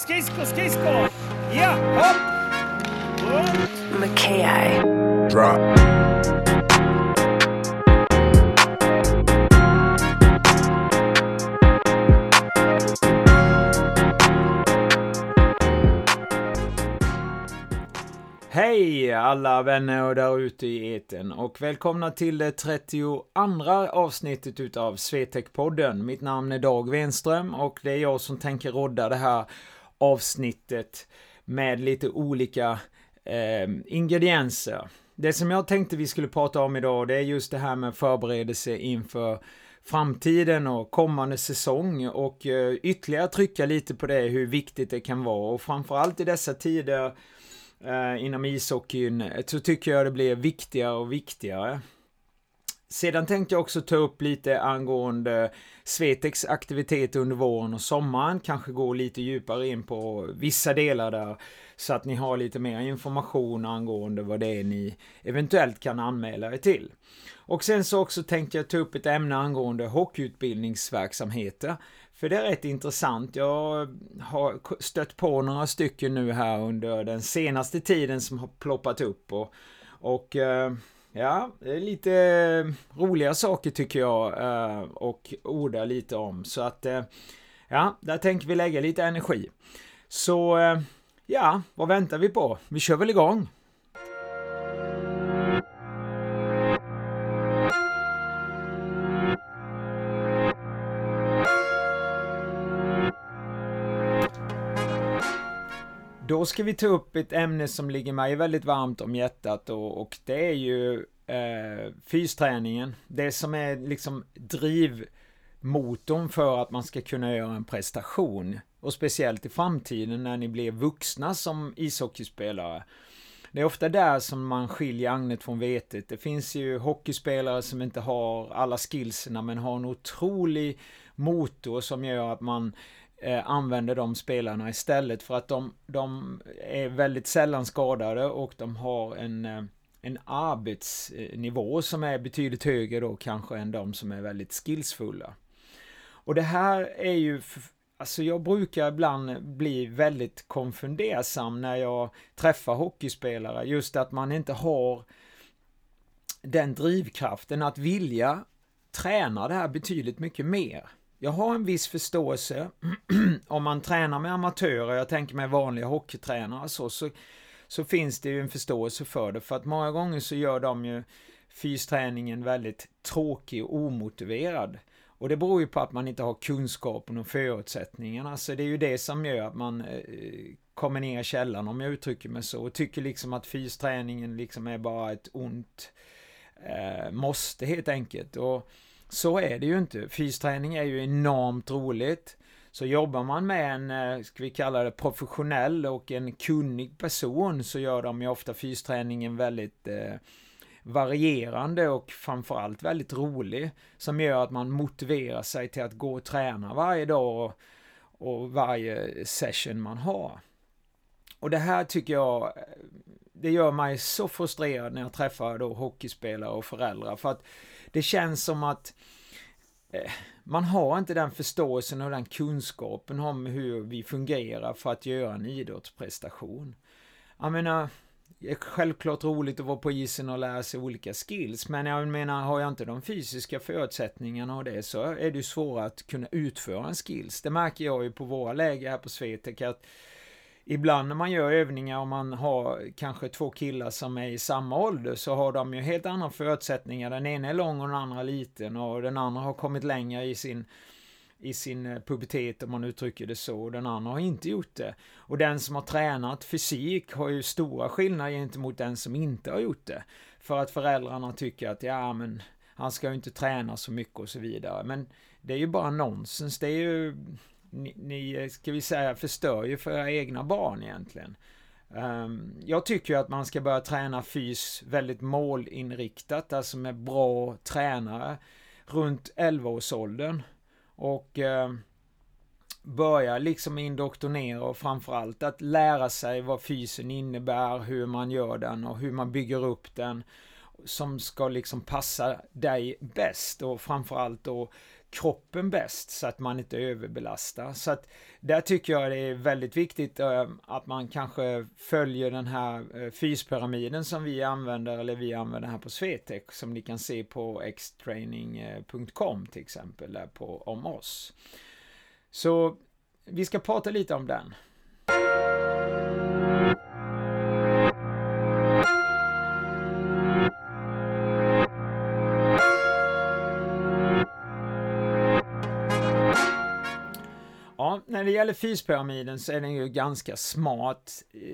Skridskor! Ja, hopp! Och... Mackay. Drop. Hej alla vänner och där ute i eten och välkomna till det 32:a avsnittet utav Swetec-podden. Mitt namn är Dag Wenström och det är jag som tänker rodda det här avsnittet med lite olika ingredienser. Det som jag tänkte vi skulle prata om idag, det är just det här med förberedelse inför framtiden och kommande säsong och ytterligare trycka lite på det, hur viktigt det kan vara, och framförallt i dessa tider inom ishockeyn så tycker jag det blir viktigare och viktigare. Sedan tänkte jag också ta upp lite angående Svetecs aktivitet under våren och sommaren, kanske gå lite djupare in på vissa delar där så att ni har lite mer information angående vad det är ni eventuellt kan anmäla er till. Och sen så också tänkte jag ta upp ett ämne angående hockeyutbildningsverksamheter. För det är rätt intressant. Jag har stött på några stycken nu här under den senaste tiden som har ploppat upp. Och ja, det är lite roliga saker tycker jag och orda lite om. Så att ja, där tänker vi lägga lite energi. Så ja, vad väntar vi på? Vi kör väl igång. Då ska vi ta upp ett ämne som ligger mig väldigt varmt om hjärtat och det är ju fysträningen. Det som är liksom drivmotorn för att man ska kunna göra en prestation. Och speciellt i framtiden när ni blir vuxna som ishockeyspelare. Det är ofta där som man skiljer agnet från vetet. Det finns ju hockeyspelare som inte har alla skillserna men har en otrolig motor som gör att man använder de spelarna istället, för att de är väldigt sällan skadade och de har en arbetsnivå som är betydligt högre då kanske än de som är väldigt skillsfulla. Och det här är ju, alltså jag brukar ibland bli väldigt konfundersam när jag träffar hockeyspelare, just att man inte har den drivkraften att vilja träna det här betydligt mycket mer. Jag har en viss förståelse om man tränar med amatörer, jag tänker med vanliga hockeytränare så finns det ju en förståelse för det, för att många gånger så gör de ju fysträningen väldigt tråkig och omotiverad, och det beror ju på att man inte har kunskapen och förutsättningarna, så det är ju det som gör att man kommer ner i källan, om jag uttrycker mig så, och tycker liksom att fysträningen liksom är bara ett ont måste helt enkelt. Och så är det ju inte. Fysträning är ju enormt roligt. Så jobbar man med en, ska vi kalla det professionell och en kunnig person, så gör de ju ofta fysträningen väldigt varierande och framförallt väldigt rolig, som gör att man motiverar sig till att gå och träna varje dag och varje session man har. Och det här tycker jag, det gör mig så frustrerad när jag träffar då hockeyspelare och föräldrar, för att det känns som att man har inte den förståelsen och den kunskapen om hur vi fungerar för att göra en idrottsprestation. Jag menar, det är självklart roligt att vara på isen och lära sig olika skills, men jag menar, har jag inte de fysiska förutsättningarna och det, så är det ju svårt att kunna utföra en skills. Det märker jag ju på våra läger här på Swetec, att ibland när man gör övningar och man har kanske två killar som är i samma ålder, så har de ju helt andra förutsättningar. Den ena är lång och den andra är liten, och den andra har kommit längre i sin pubertet, om man uttrycker det så, och den andra har inte gjort det. Och den som har tränat fysik har ju stora skillnader gentemot den som inte har gjort det. För att föräldrarna tycker att ja, men han ska ju inte träna så mycket och så vidare. Men det är ju bara nonsens. Det är ju ni ska vi säga förstör ju för era egna barn egentligen. Jag tycker att man ska börja träna fys väldigt målinriktat, alltså med bra tränare runt 11-årsåldern, och börja liksom indoktrinera och framförallt att lära sig vad fysen innebär, hur man gör den och hur man bygger upp den. som ska liksom passa dig bäst och framförallt då kroppen bäst så att man inte överbelastar. Så att där tycker jag det är väldigt viktigt att man kanske följer den här fyspyramiden som vi använder här på Swetech, som ni kan se på xtraining.com till exempel där om oss. Så vi ska prata lite om den. Ja, när det gäller fyspyramiden så är den ju ganska smart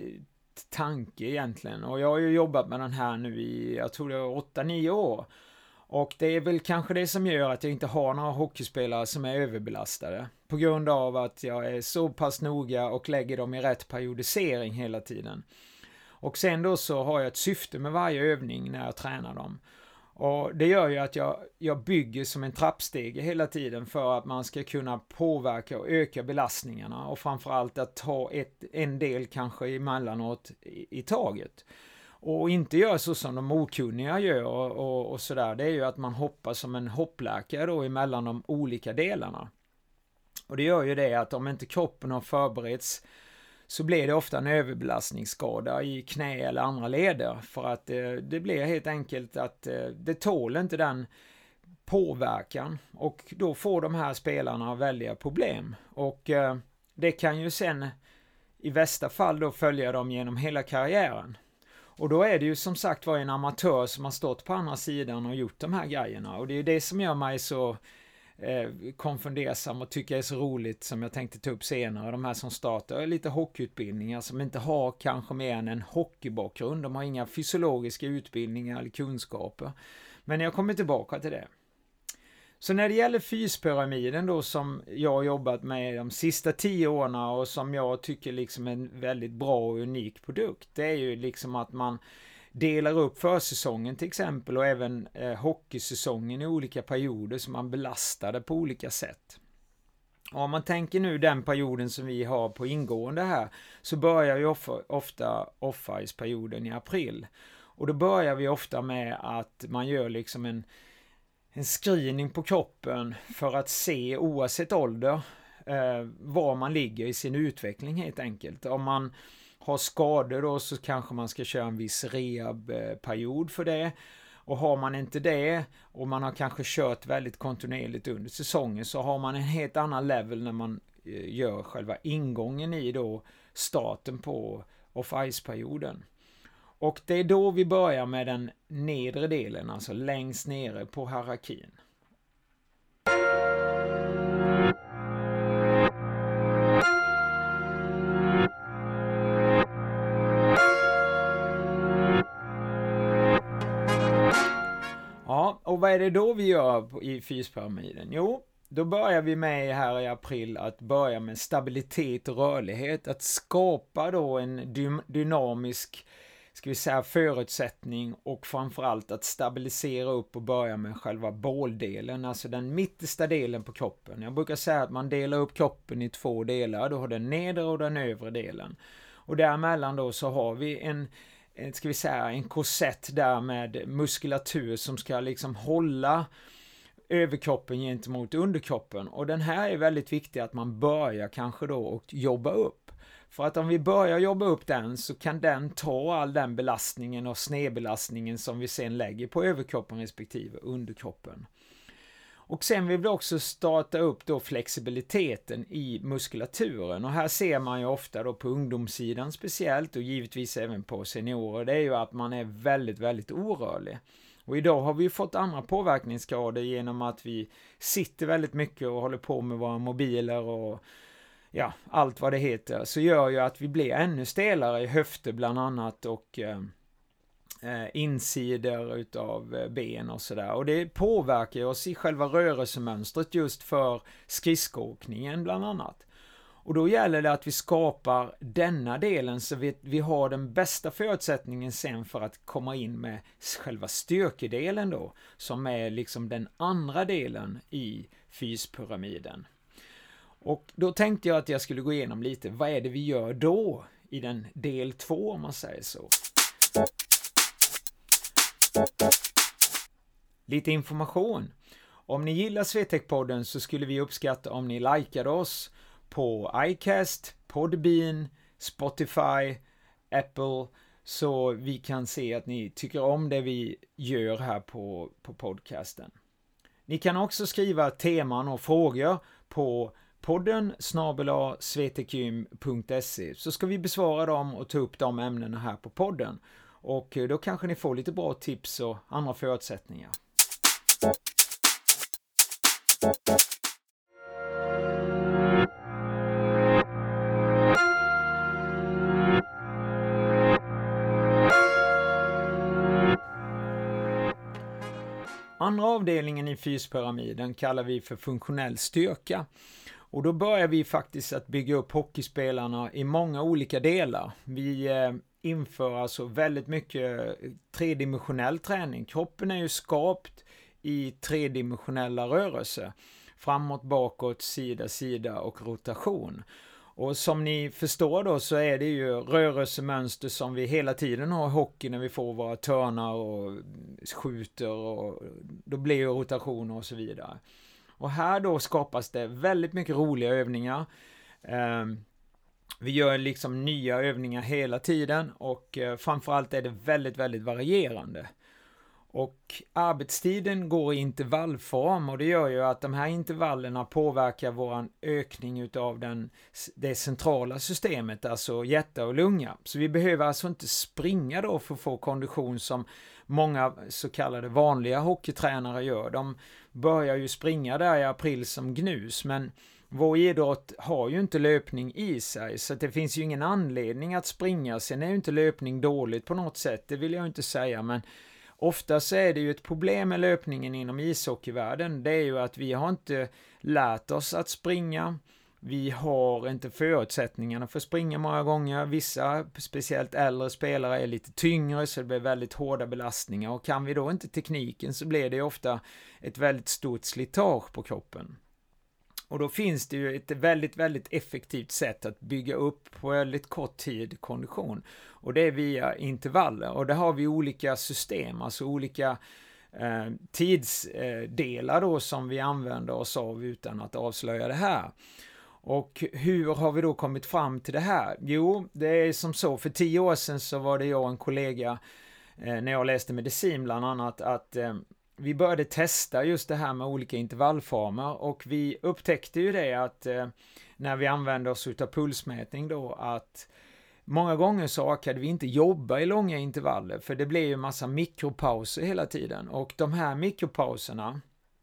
tanke egentligen. Och jag har ju jobbat med den här nu i, jag tror det är 8-9 år. Och det är väl kanske det som gör att jag inte har några hockeyspelare som är överbelastade. På grund av att jag är så pass noga och lägger dem i rätt periodisering hela tiden. Och sen då så har jag ett syfte med varje övning när jag tränar dem. Och det gör ju att jag bygger som en trappstege hela tiden för att man ska kunna påverka och öka belastningarna. Och framförallt att ta en del kanske emellanåt i taget. Och inte göra så som de okunniga gör och sådär. Det är ju att man hoppar som en hoppläkare då emellan de olika delarna. Och det gör ju det att om inte kroppen har förberetts så blir det ofta en överbelastningsskada i knä eller andra leder. För att det blir helt enkelt att det tål inte den påverkan. Och då får de här spelarna väldiga problem. Och det kan ju sen i värsta fall då följa dem genom hela karriären. Och då är det ju som sagt var en amatör som har stått på andra sidan och gjort de här grejerna. Och det är ju det som gör mig så konfundersam och tycker är så roligt, som jag tänkte ta upp senare. De här som startar lite hockeyutbildningar som inte har kanske mer än en hockeybakgrund. De har inga fysiologiska utbildningar eller kunskaper. Men jag kommer tillbaka till det. Så när det gäller fyspyramiden då, som jag har jobbat med de sista 10 åren och som jag tycker liksom är en väldigt bra och unik produkt, det är ju liksom att man delar upp försäsongen till exempel och även hockeysäsongen i olika perioder som man belastade på olika sätt. Och om man tänker nu den perioden som vi har på ingående här, så börjar ju ofta off-ice-perioden i april. Och då börjar vi ofta med att man gör liksom en screening på kroppen för att se, oavsett ålder, var man ligger i sin utveckling helt enkelt. Om man har skador då så kanske man ska köra en viss rehabperiod för det. Och har man inte det och man har kanske kört väldigt kontinuerligt under säsongen, så har man en helt annan level när man gör själva ingången i då starten på off-ice-perioden. Och det är då vi börjar med den nedre delen, alltså längst nere på hierarkin. Ja, och vad är det då vi gör i fyspyramiden? Jo, då börjar vi med här i april att börja med stabilitet och rörlighet. Att skapa då en dynamisk, ska vi säga, förutsättning, och framförallt att stabilisera upp och börja med själva båldelen, alltså den mittersta delen på kroppen. Jag brukar säga att man delar upp kroppen i 2 delar. Då har den nedre och den övre delen. Och däremellan då så har vi en korsett där med muskulatur som ska liksom hålla överkroppen gentemot underkroppen. Och den här är väldigt viktig att man börjar kanske då och jobba upp. För att om vi börjar jobba upp den, så kan den ta all den belastningen och snedbelastningen som vi sen lägger på överkroppen respektive underkroppen. Och sen vill vi också starta upp då flexibiliteten i muskulaturen. Och här ser man ju ofta då på ungdomssidan speciellt, och givetvis även på seniorer, det är ju att man är väldigt, väldigt orörlig. Och idag har vi ju fått andra påverkningsgrader genom att vi sitter väldigt mycket och håller på med våra mobiler och ja, allt vad det heter. Så gör ju att vi blir ännu stelare i höfter bland annat och insidor utav ben och sådär. Och det påverkar oss i själva rörelsemönstret just för skridskoåkningen bland annat. Och då gäller det att vi skapar denna delen så vi har den bästa förutsättningen sen för att komma in med själva styrkedelen då, som är liksom den andra delen i fyspyramiden. Och då tänkte jag att jag skulle gå igenom lite, vad är det vi gör då i den del 2 om man säger så. Lite information. Om ni gillar Swetec-podden så skulle vi uppskatta om ni likade oss på iCast, Podbean, Spotify, Apple, så vi kan se att ni tycker om det vi gör här på podcasten. Ni kan också skriva teman och frågor på podden@swetecgym.se, så ska vi besvara dem och ta upp de ämnena här på podden. Och då kanske ni får lite bra tips och andra förutsättningar. Andra avdelningen i fyspyramiden kallar vi för funktionell styrka. Och då börjar vi faktiskt att bygga upp hockeyspelarna i många olika delar. Vi inför alltså väldigt mycket tredimensionell träning. Kroppen är ju skapt i tredimensionella rörelser. Framåt, bakåt, sida och rotation. Och som ni förstår då så är det ju rörelsemönster som vi hela tiden har i hockey när vi får våra törnar och skjuter, och då blir ju rotationer och så vidare. Och här då skapas det väldigt mycket roliga övningar. Vi gör liksom nya övningar hela tiden, och framförallt är det väldigt, väldigt varierande. Och arbetstiden går i intervallform, och det gör ju att de här intervallerna påverkar våran ökning utav det centrala systemet, alltså hjärta och lunga. Så vi behöver alltså inte springa då för att få kondition som många så kallade vanliga hockeytränare gör. De börjar ju springa där i april som gnus, men vår idrott har ju inte löpning i sig, så det finns ju ingen anledning att springa. Sen är ju inte löpning dåligt på något sätt, det vill jag inte säga, men ofta så är det ju ett problem med löpningen inom ishockeyvärlden. Det är ju att vi har inte lärt oss att springa. Vi har inte förutsättningarna för att springa många gånger. Vissa, speciellt äldre spelare, är lite tyngre, så det blir väldigt hårda belastningar. Och kan vi då inte tekniken så blir det ofta ett väldigt stort slitage på kroppen. Och då finns det ju ett väldigt, väldigt effektivt sätt att bygga upp på väldigt kort tid kondition. Och det är via intervaller. Och där har vi olika system, alltså olika tidsdelar då som vi använder oss av utan att avslöja det här. Och hur har vi då kommit fram till det här? Jo, det är som så, för 10 år sedan så var det jag och en kollega, när jag läste medicin bland annat, att vi började testa just det här med olika intervallformer, och vi upptäckte ju det att när vi använde oss av pulsmätning då, att många gånger så orkade vi inte jobba i långa intervaller, för det blev ju massa mikropauser hela tiden, och de här mikropauserna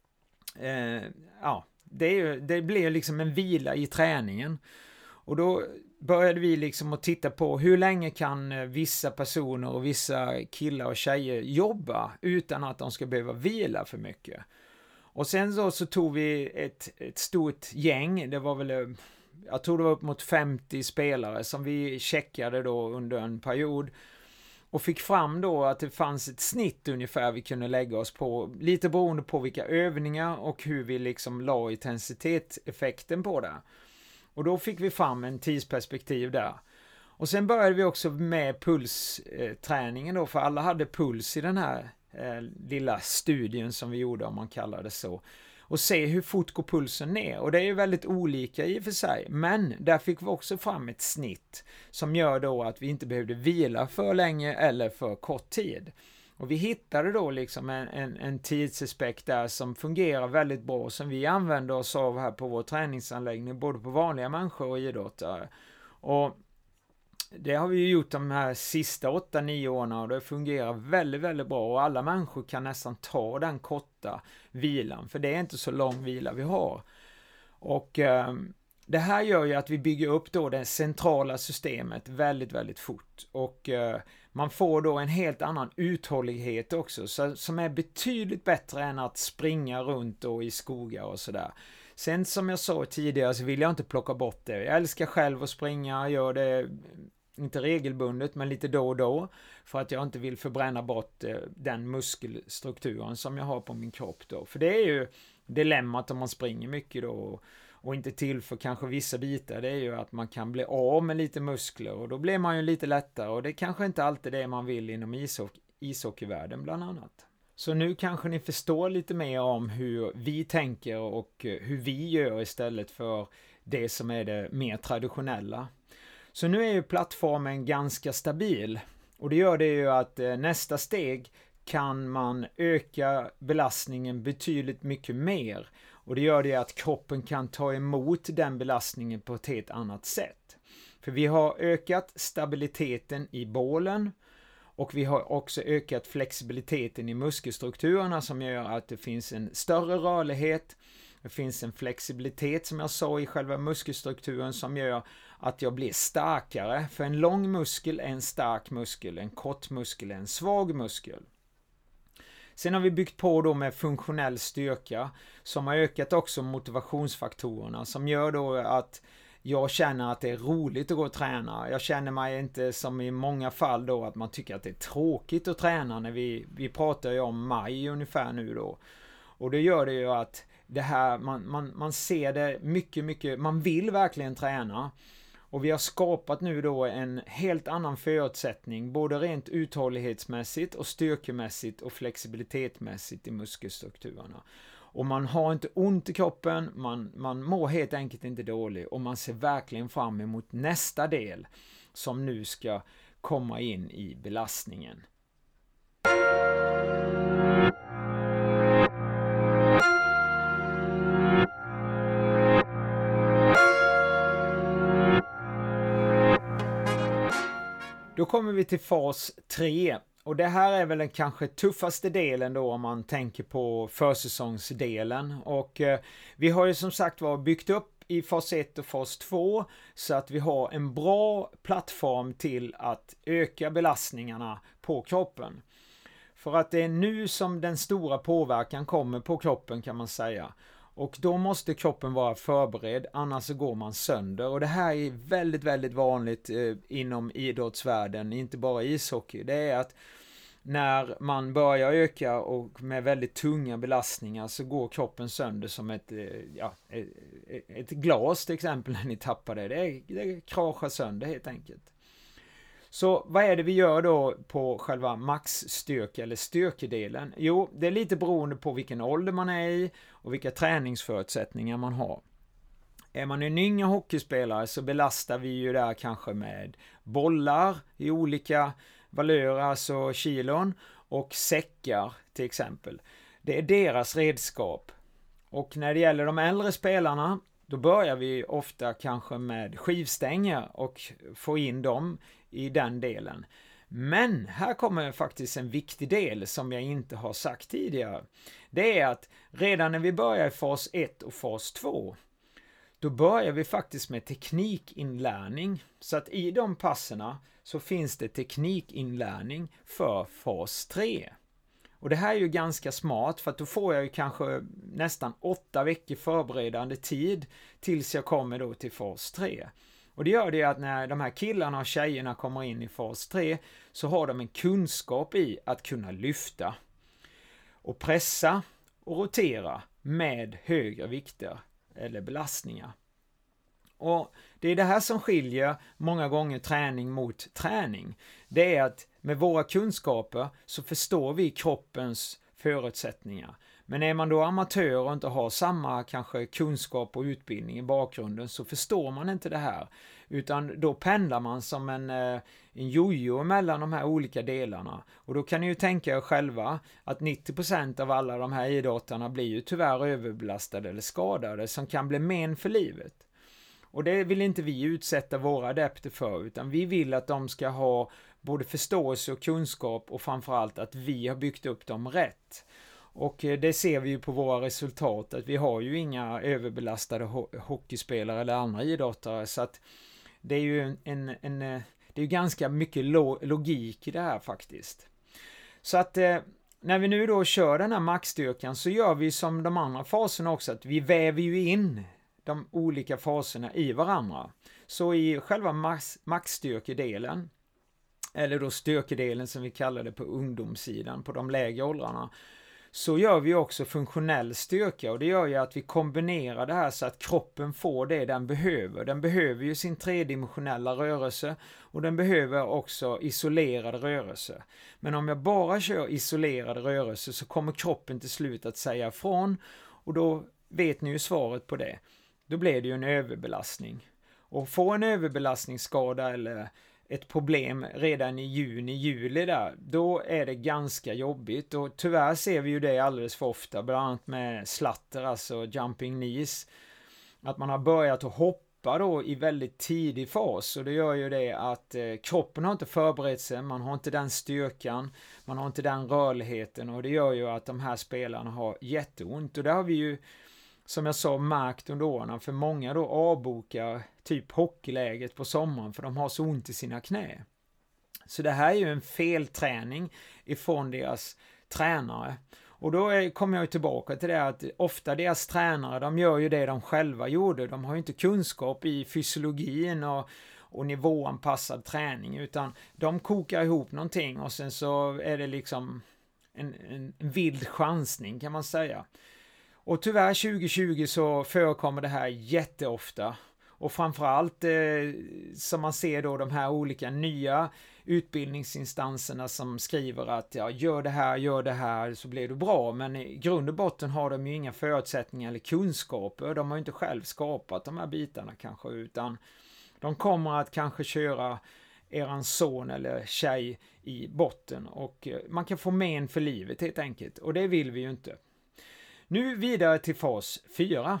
det blir liksom en vila i träningen. Och då började vi liksom att titta på hur länge kan vissa personer och vissa killar och tjejer jobba utan att de ska behöva vila för mycket. Och sen då så tog vi ett stort gäng, det var väl, jag tror det var upp mot 50 spelare som vi checkade då under en period, och fick fram då att det fanns ett snitt ungefär vi kunde lägga oss på, lite beroende på vilka övningar och hur vi liksom la intensitetseffekten på det. Och då fick vi fram en tidsperspektiv där. Och sen började vi också med pulsträningen då, för alla hade puls i den här lilla studien som vi gjorde, om man kallar det så. Och se hur fort går pulsen ner. Och det är ju väldigt olika i och för sig. Men där fick vi också fram ett snitt som gör då att vi inte behövde vila för länge eller för kort tid. Och vi hittade då liksom en tidsaspekt där som fungerar väldigt bra, som vi använder oss av här på vår träningsanläggning, både på vanliga människor och idrottare. Och det har vi ju gjort de här sista 8-9 åren, och det fungerar väldigt, väldigt bra, och alla människor kan nästan ta den korta vilan, för det är inte så lång vila vi har. Och det här gör ju att vi bygger upp då det centrala systemet väldigt, väldigt fort, och man får då en helt annan uthållighet också, som är betydligt bättre än att springa runt då i skogar och sådär. Sen som jag sa tidigare så vill jag inte plocka bort det. Jag älskar själv att springa, gör det inte regelbundet men lite då och då, för att jag inte vill förbränna bort den muskelstrukturen som jag har på min kropp då. För det är ju dilemmat om man springer mycket då och inte tillför kanske vissa bitar, det är ju att man kan bli av med lite muskler, och då blir man ju lite lättare, och det är kanske inte alltid det man vill inom ishockeyvärlden bland annat. Så nu kanske ni förstår lite mer om hur vi tänker och hur vi gör istället för det som är det mer traditionella. Så nu är ju plattformen ganska stabil och det gör det ju att nästa steg kan man öka belastningen betydligt mycket mer och det gör det att kroppen kan ta emot den belastningen på ett helt annat sätt. För vi har ökat stabiliteten i bålen och vi har också ökat flexibiliteten i muskelstrukturerna som gör att det finns en större rörlighet. Det finns en flexibilitet som jag sa i själva muskelstrukturen som gör att jag blir starkare. För en lång muskel är en stark muskel, en kort muskel är en svag muskel. Sen har vi byggt på då med funktionell styrka som har ökat också motivationsfaktorerna som gör då att jag känner att det är roligt att gå och träna. Jag känner mig inte som i många fall då att man tycker att det är tråkigt att träna när vi pratar ju om maj ungefär nu då. Och det gör det ju att det här, man ser det mycket, man vill verkligen träna. Och vi har skapat nu då en helt annan förutsättning, både rent uthållighetsmässigt och styrkemässigt och flexibilitetmässigt i muskelstrukturerna. Och man har inte ont i kroppen, man mår helt enkelt inte dåligt och man ser verkligen fram emot nästa del som nu ska komma in i belastningen. Då kommer vi till fas 3 och det här är väl den kanske tuffaste delen då om man tänker på försäsongsdelen och vi har ju som sagt var byggt upp i fas 1 och fas 2 så att vi har en bra plattform till att öka belastningarna på kroppen. För att det är nu som den stora påverkan kommer på kroppen kan man säga. Och då måste kroppen vara förberedd, annars så går man sönder. Och det här är väldigt, väldigt vanligt inom idrottsvärlden, inte bara ishockey. Det är att när man börjar öka och med väldigt tunga belastningar så går kroppen sönder som ett glas till exempel när ni tappar det. Det kraschar sönder helt enkelt. Så vad är det vi gör då på själva maxstyrka eller styrkedelen? Jo, det är lite beroende på vilken ålder man är i och vilka träningsförutsättningar man har. Är man en yngre hockeyspelare så belastar vi ju där kanske med bollar i olika valörer, alltså kilon, och säckar till exempel. Det är deras redskap. Och när det gäller de äldre spelarna då börjar vi ofta kanske med skivstänger och få in dem i den delen. Men här kommer faktiskt en viktig del som jag inte har sagt tidigare. Det är att redan när vi börjar i fas 1 och fas 2 då börjar vi faktiskt med teknikinlärning. Så att i de passerna så finns det teknikinlärning för fas 3. Och det här är ju ganska smart för att då får jag ju kanske nästan 8 veckor förberedande tid tills jag kommer då till fas 3. Och det gör det att när de här killarna och tjejerna kommer in i fas 3 så har de en kunskap i att kunna lyfta och pressa och rotera med högre vikter eller belastningar. Och det är det här som skiljer många gånger träning mot träning. Det är att med våra kunskaper så förstår vi kroppens förutsättningar. Men är man då amatör och inte har samma kanske kunskap och utbildning i bakgrunden så förstår man inte det här. Utan då pendlar man som en jojo mellan de här olika delarna. Och då kan ni ju tänka er själva att 90% av alla de här idrottarna blir ju tyvärr överbelastade eller skadade som kan bli men för livet. Och det vill inte vi utsätta våra adepter för utan vi vill att de ska ha både förståelse och kunskap och framförallt att vi har byggt upp dem rätt. Och det ser vi ju på våra resultat att vi har ju inga överbelastade hockeyspelare eller andra idrottare så att det är ju det är ganska mycket logik i det här faktiskt. Så att när vi nu då kör den här maxstyrkan så gör vi som de andra faserna också att vi väver ju in de olika faserna i varandra. Så i själva maxstyrkedelen eller då styrkedelen som vi kallar det på ungdomssidan på de lägre åldrarna så gör vi också funktionell styrka, och det gör ju att vi kombinerar det här så att kroppen får det den behöver. Den behöver ju sin tredimensionella rörelse, och den behöver också isolerad rörelse. Men om jag bara kör isolerad rörelse så kommer kroppen till slut att säga ifrån, och då vet ni ju svaret på det. Då blir det ju en överbelastning. Och få en överbelastningsskada eller ett problem redan i juni, juli där, då är det ganska jobbigt, och tyvärr ser vi ju det alldeles för ofta, bland annat med slatter, alltså jumping knees, att man har börjat att hoppa då i väldigt tidig fas, och det gör ju det att kroppen har inte förberett sig, man har inte den styrkan, man har inte den rörligheten, och det gör ju att de här spelarna har jätteont, och det har vi ju, som jag sa, märkt under åren, för många då avbokar typ hockeyläget på sommaren för de har så ont i sina knä. Så det här är ju en felträning ifrån deras tränare. Och då kommer jag tillbaka till det att ofta deras tränare, de gör ju det de själva gjorde. De har ju inte kunskap i fysiologin och nivåanpassad träning, utan de kokar ihop någonting och sen så är det liksom en vild chansning, kan man säga. Och tyvärr 2020 så förekommer det här jätteofta, och framförallt som man ser då de här olika nya utbildningsinstanserna som skriver att ja, gör det här så blir det bra, men i grund och botten har de ju inga förutsättningar eller kunskaper, de har ju inte själv skapat de här bitarna kanske, utan de kommer att kanske köra eran son eller tjej i botten, och man kan få men för livet helt enkelt, och det vill vi ju inte. Nu vidare till fas 4.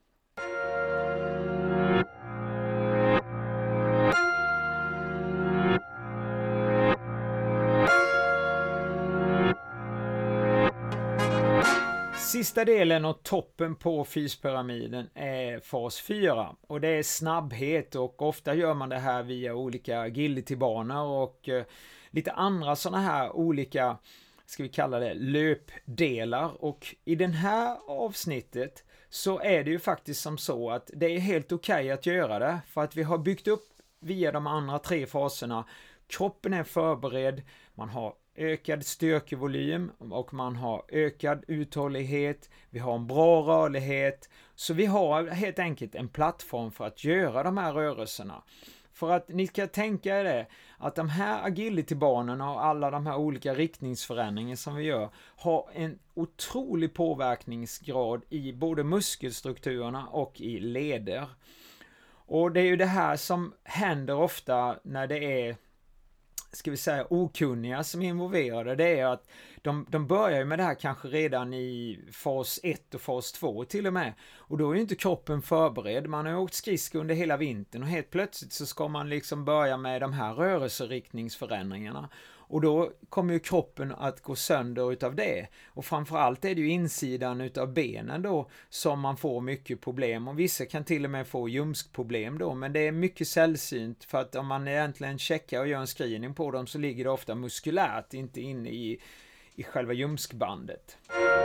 Sista delen och toppen på fyspyramiden är fas 4, och det är snabbhet, och ofta gör man det här via olika agilitybanor och lite andra sådana här olika, ska vi kalla det, löpdelar. Och i den här avsnittet så är det ju faktiskt som så att det är helt okej att göra det, för att vi har byggt upp via de andra 3 faserna. Kroppen är förberedd, man har ökad styrkevolym och man har ökad uthållighet, vi har en bra rörlighet, så vi har helt enkelt en plattform för att göra de här rörelserna. För att ni ska tänka er det, att de här agilitybanorna och alla de här olika riktningsförändringar som vi gör har en otrolig påverkningsgrad i både muskelstrukturerna och i leder. Och det är ju det här som händer ofta när det är, ska vi säga, okunniga som är involverade. Det är att de börjar med det här kanske redan i fas 1 och fas 2 till och med. Och då är ju inte kroppen förberedd. Man har åkt skridskor under hela vintern och helt plötsligt så ska man liksom börja med de här rörelseriktningsförändringarna. Och då kommer ju kroppen att gå sönder utav det. Och framförallt är det ju insidan utav benen då som man får mycket problem. Och vissa kan till och med få ljumskproblem då. Men det är mycket sällsynt, för att om man egentligen checkar och gör en screening på dem så ligger det ofta muskulärt, inte inne i själva ljumskbandet.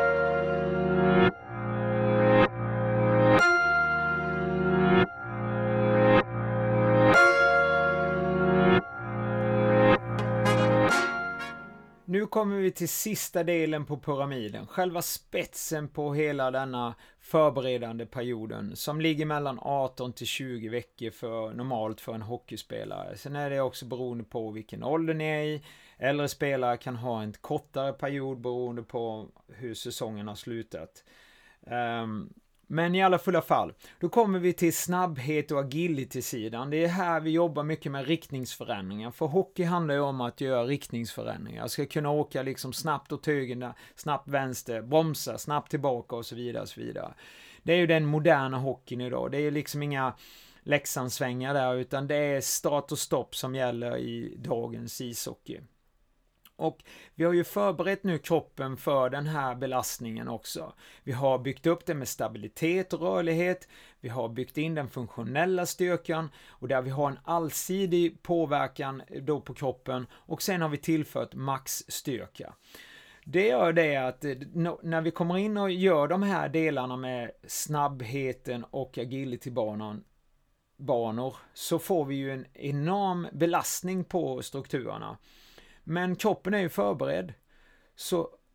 Nu kommer vi till sista delen på pyramiden, själva spetsen på hela denna förberedande perioden som ligger mellan 18 till 20 veckor för normalt för en hockeyspelare. Sen är det också beroende på vilken ålder ni är i. Äldre spelare kan ha en kortare period beroende på hur säsongen har slutat. Men i alla fulla fall, då kommer vi till snabbhet och agility-sidan. Det är här vi jobbar mycket med riktningsförändringar. För hockey handlar ju om att göra riktningsförändringar. Jag ska kunna åka liksom snabbt åt höger, snabbt vänster, bromsa, snabbt tillbaka och så vidare och så vidare. Det är ju den moderna hockeyn idag. Det är liksom inga Leksandssvängar där, utan det är start och stopp som gäller i dagens ishockey. Och vi har ju förberett nu kroppen för den här belastningen också. Vi har byggt upp det med stabilitet och rörlighet. Vi har byggt in den funktionella styrkan och där vi har en allsidig påverkan då på kroppen, och sen har vi tillfört maxstyrka. Det gör det att när vi kommer in och gör de här delarna med snabbheten och agilitybanor så får vi ju en enorm belastning på strukturerna. Men kroppen är ju förberedd. Så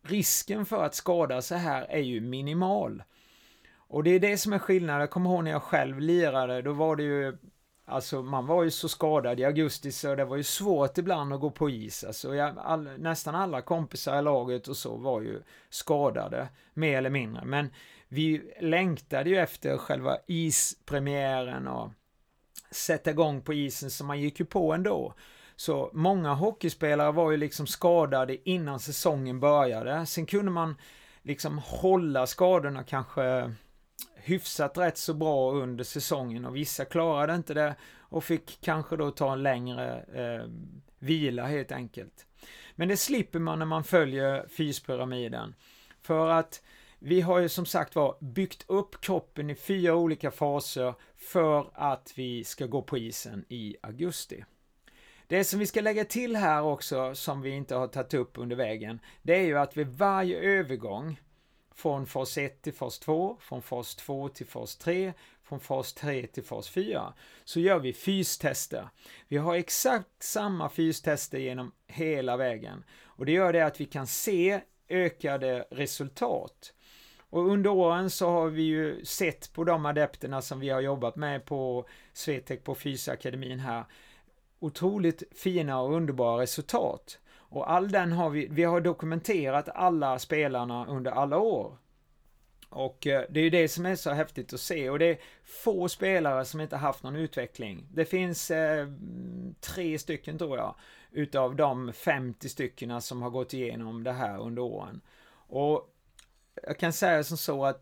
risken för att skada sig här är ju minimal. Och det är det som är skillnaden. Jag kommer ihåg när jag själv lirade, då var det ju, alltså man var ju så skadad i augusti så det var ju svårt ibland att gå på is. Alltså nästan alla kompisar i laget och så var ju skadade, mer eller mindre. Men vi längtade ju efter själva ispremiären och sätta igång på isen, så man gick ju på ändå. Så många hockeyspelare var ju liksom skadade innan säsongen började. Sen kunde man liksom hålla skadorna kanske hyfsat rätt så bra under säsongen, och vissa klarade inte det och fick kanske då ta en längre vila helt enkelt. Men det slipper man när man följer fyspyramiden, för att vi har ju som sagt byggt upp kroppen i 4 olika faser för att vi ska gå på isen i augusti. Det som vi ska lägga till här också, som vi inte har tagit upp under vägen, det är ju att vid varje övergång från fas 1 till fas 2, från fas 2 till fas 3, från fas 3 till fas 4, så gör vi fystester. Vi har exakt samma fystester genom hela vägen, och det gör det att vi kan se ökade resultat. Och under åren så har vi ju sett på de adepterna som vi har jobbat med på Swetec på Fysakademin här, otroligt fina och underbara resultat. Och all den har vi har dokumenterat alla spelarna under alla år. Och det är ju det som är så häftigt att se, och det är få spelare som inte haft någon utveckling. Det finns 3 stycken tror jag utav de 50 stycken som har gått igenom det här under åren. Och jag kan säga som så att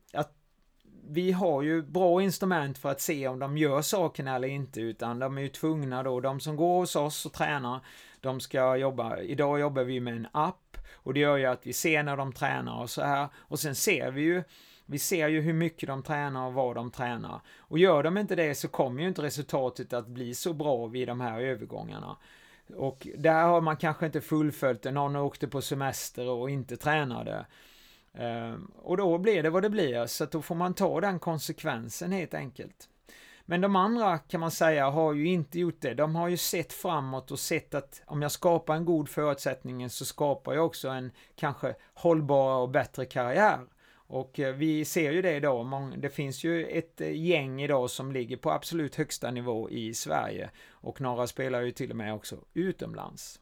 vi har ju bra instrument för att se om de gör sakerna eller inte, utan de är ju tvungna då, de som går hos oss och tränar, de ska jobba, idag jobbar vi med en app, och det gör ju att vi ser när de tränar och så här, och sen ser vi ser ju hur mycket de tränar och vad de tränar, och gör de inte det så kommer ju inte resultatet att bli så bra vid de här övergångarna. Och där har man kanske inte fullföljt det, någon åkte på semester och inte tränade. Och då blir det vad det blir, så att då får man ta den konsekvensen helt enkelt. Men de andra kan man säga har ju inte gjort det. De har ju sett framåt och sett att om jag skapar en god förutsättning så skapar jag också en kanske hållbar och bättre karriär. Och vi ser ju det idag. Det finns ju ett gäng idag som ligger på absolut högsta nivå i Sverige, och några spelar ju till och med också utomlands.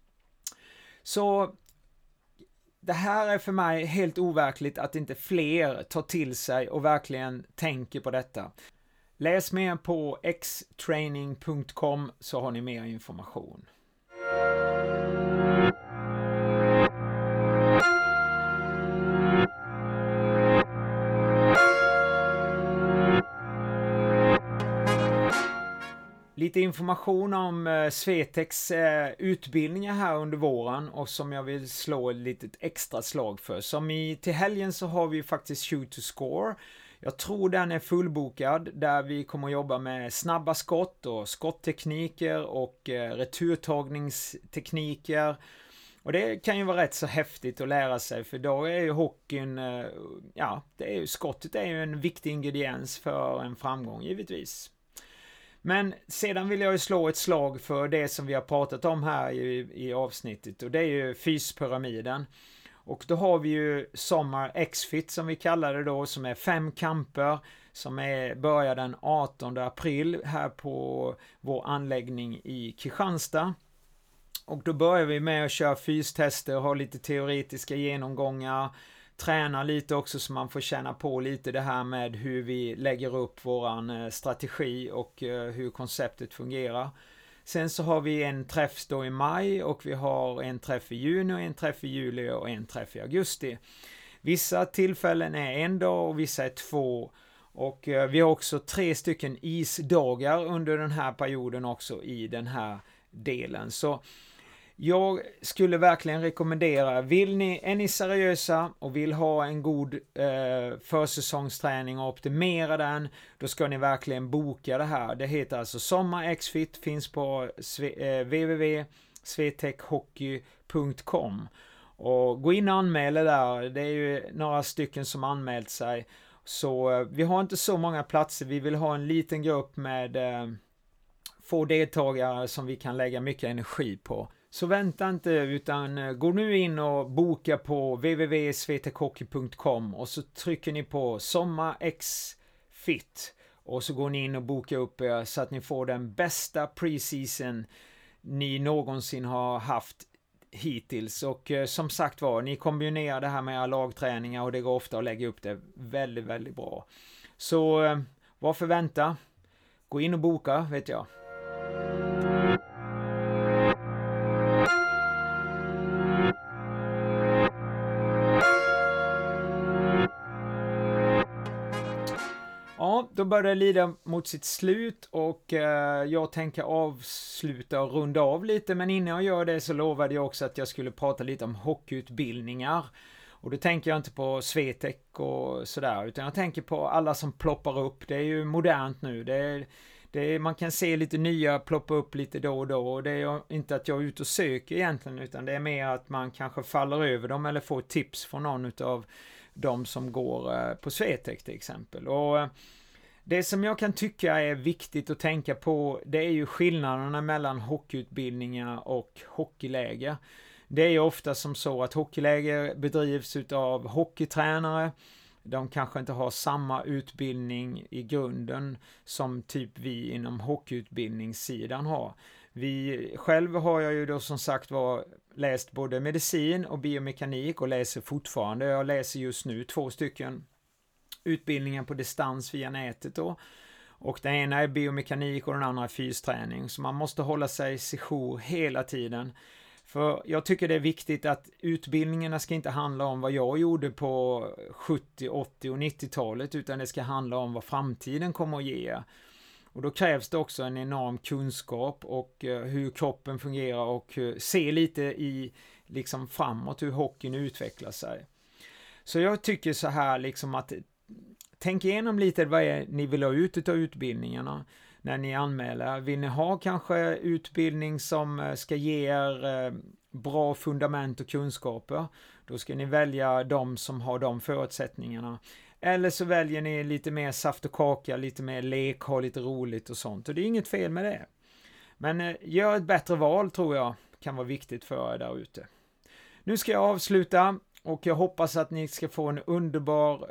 Så det här är för mig helt overkligt att inte fler tar till sig och verkligen tänker på detta. Läs mer på xtraining.com så har ni mer information. Lite information om Svetecs utbildningar här under våren, och som jag vill slå ett litet extra slag för. Som till helgen så har vi faktiskt Shoot to Score. Jag tror den är fullbokad, där vi kommer att jobba med snabba skott och skotttekniker och returtagningstekniker. Och det kan ju vara rätt så häftigt att lära sig, för då är ju hockeyn, skottet är ju en viktig ingrediens för en framgång givetvis. Men sedan vill jag ju slå ett slag för det som vi har pratat om här i avsnittet, och det är ju fyspyramiden. Och då har vi ju Sommar X-Fit som vi kallar det då, som är 5 kamper som börjar den 18 april här på vår anläggning i Kristianstad. Och då börjar vi med att köra fystester och ha lite teoretiska genomgångar, träna lite också så man får känna på lite det här med hur vi lägger upp våran strategi och hur konceptet fungerar. Sen så har vi en träff då i maj, och vi har en träff i juni och en träff i juli och en träff i augusti. Vissa tillfällen är 1 dag och vissa är 2. Och vi har också 3 stycken isdagar under den här perioden också i den här delen. Så jag skulle verkligen rekommendera, är ni seriösa och vill ha en god försäsongsträning och optimera den, då ska ni verkligen boka det här. Det heter alltså Sommar X-Fit, finns på www.swetechhockey.com, och gå in och anmäl där. Det är ju några stycken som anmält sig, så vi har inte så många platser. Vi vill ha en liten grupp med få deltagare som vi kan lägga mycket energi på. Så vänta inte, utan gå nu in och boka på www.svetekhockey.com och så trycker ni på SommarXFit och så går ni in och bokar upp er så att ni får den bästa preseason ni någonsin har haft hittills. Och som sagt var, ni kombinerar det här med lagträningar och det går ofta att lägga upp det väldigt, väldigt bra. Så varför vänta? Gå in och boka, vet jag. Ja, då börjar det lida mot sitt slut och jag tänker avsluta och runda av lite, men innan jag gör det så lovade jag också att jag skulle prata lite om hockeyutbildningar. Och då tänker jag inte på Svetek och sådär, utan jag tänker på alla som ploppar upp. Det är ju modernt nu. Man kan se lite nya ploppa upp lite då och då, och det är inte att jag är ute och söker egentligen, utan det är mer att man kanske faller över dem eller får tips från någon av de som går på Svetek till exempel. Och det som jag kan tycka är viktigt att tänka på, det är ju skillnaderna mellan hockeyutbildningar och hockeyläger. Det är ju ofta som så att hockeyläger bedrivs av hockeytränare. De kanske inte har samma utbildning i grunden som typ vi inom hockeyutbildningssidan har. Själv har jag ju då som sagt läst både medicin och biomekanik och läser fortfarande. Jag läser just nu 2 stycken utbildningar på distans via nätet då. Och den ena är biomekanik och den andra är fysträning. Så man måste hålla sig sejour hela tiden. För jag tycker det är viktigt att utbildningarna ska inte handla om vad jag gjorde på 70, 80 och 90-talet, utan det ska handla om vad framtiden kommer att ge. Och då krävs det också en enorm kunskap och hur kroppen fungerar och se lite i liksom framåt hur hockeyn utvecklar sig. Så jag tycker så här liksom att tänk igenom lite vad ni vill ha ut av utbildningarna när ni anmäler. Vill ni ha kanske utbildning som ska ge er bra fundament och kunskaper? Då ska ni välja de som har de förutsättningarna. Eller så väljer ni lite mer saft och kaka, lite mer lek, ha lite roligt och sånt. Och det är inget fel med det. Men gör ett bättre val tror jag kan vara viktigt för er där ute. Nu ska jag avsluta och jag hoppas att ni ska få en underbar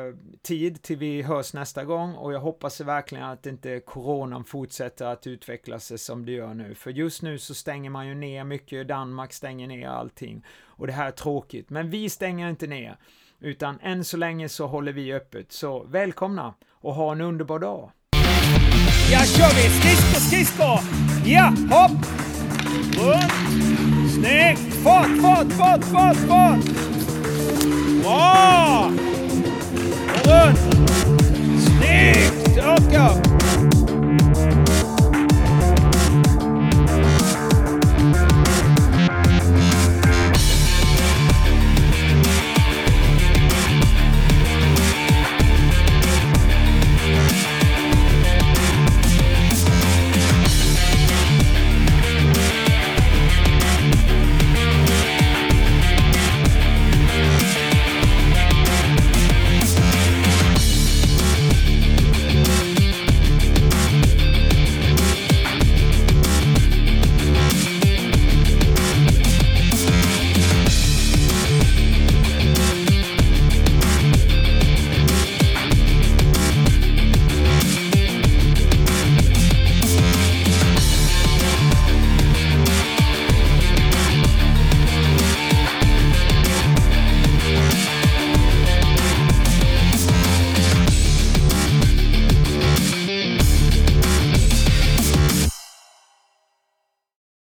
tid till vi hörs nästa gång. Och jag hoppas verkligen att inte coronan fortsätter att utveckla sig som det gör nu. För just nu så stänger man ju ner mycket. Danmark stänger ner allting. Och det här är tråkigt. Men vi stänger inte ner. Utan än så länge så håller vi öppet. Så välkomna och ha en underbar dag. Ja, kör vi! Skridsko! Ja, hopp! Runt! Snyggt! Fart!